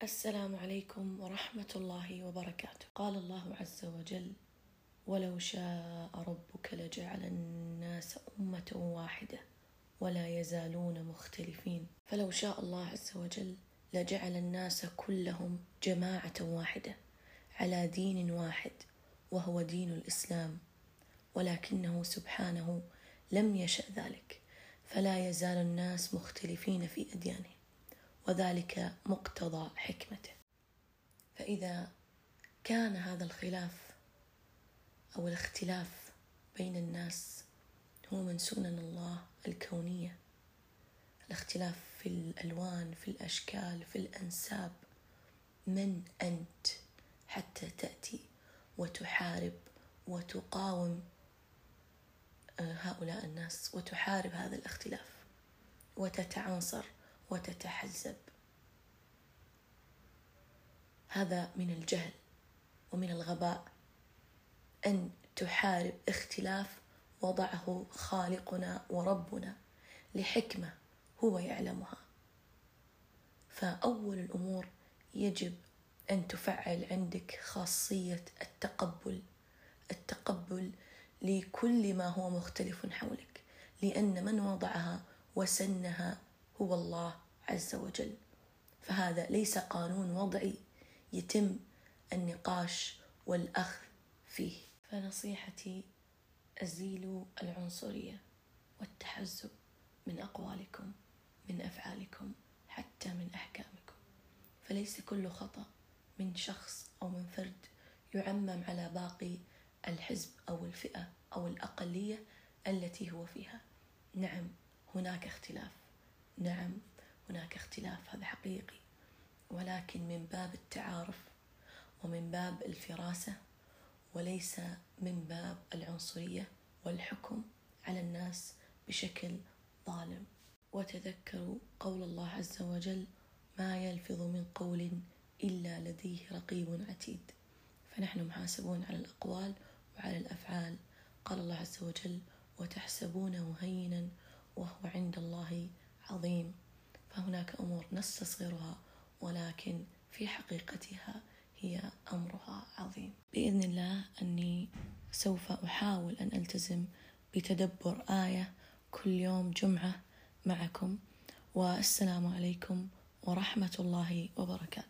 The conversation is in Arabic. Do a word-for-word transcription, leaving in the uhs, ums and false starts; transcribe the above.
السلام عليكم ورحمة الله وبركاته. قال الله عز وجل: ولو شاء ربك لجعل الناس أمة واحدة ولا يزالون مختلفين. فلو شاء الله عز وجل لجعل الناس كلهم جماعة واحدة على دين واحد وهو دين الإسلام، ولكنه سبحانه لم يشأ ذلك، فلا يزال الناس مختلفين في أديانهم، وذلك مقتضى حكمته. فإذا كان هذا الخلاف أو الاختلاف بين الناس هو من سنن الله الكونية، الاختلاف في الألوان، في الأشكال، في الأنساب، من أنت حتى تأتي وتحارب وتقاوم هؤلاء الناس وتحارب هذا الاختلاف وتتعنصر وتتحزب؟ هذا من الجهل ومن الغباء أن تحارب اختلاف وضعه خالقنا وربنا لحكمة هو يعلمها. فأول الأمور يجب أن تفعل عندك خاصية التقبل التقبل لكل ما هو مختلف حولك، لأن من وضعها وسنها هو الله عز وجل، فهذا ليس قانون وضعي يتم النقاش والأخذ فيه. فنصيحتي: أزيلوا العنصرية والتحزب من أقوالكم، من أفعالكم، حتى من أحكامكم، فليس كل خطأ من شخص أو من فرد يعمم على باقي الحزب أو الفئة أو الأقلية التي هو فيها. نعم هناك اختلاف، نعم هناك اختلاف، هذا حقيقي، ولكن من باب التعارف ومن باب الفراسة، وليس من باب العنصرية والحكم على الناس بشكل ظالم. وتذكروا قول الله عز وجل: ما يلفظ من قول إلا لديه رقيب عتيد. فنحن محاسبون على الأقوال وعلى الأفعال. قال الله عز وجل: وتحسبونه هينا وهو عند الله عظيم. فهناك أمور نستصغرها، ولكن في حقيقتها هي أمرها عظيم. بإذن الله أني سوف أحاول أن ألتزم بتدبر آية كل يوم جمعة معكم، والسلام عليكم ورحمة الله وبركاته.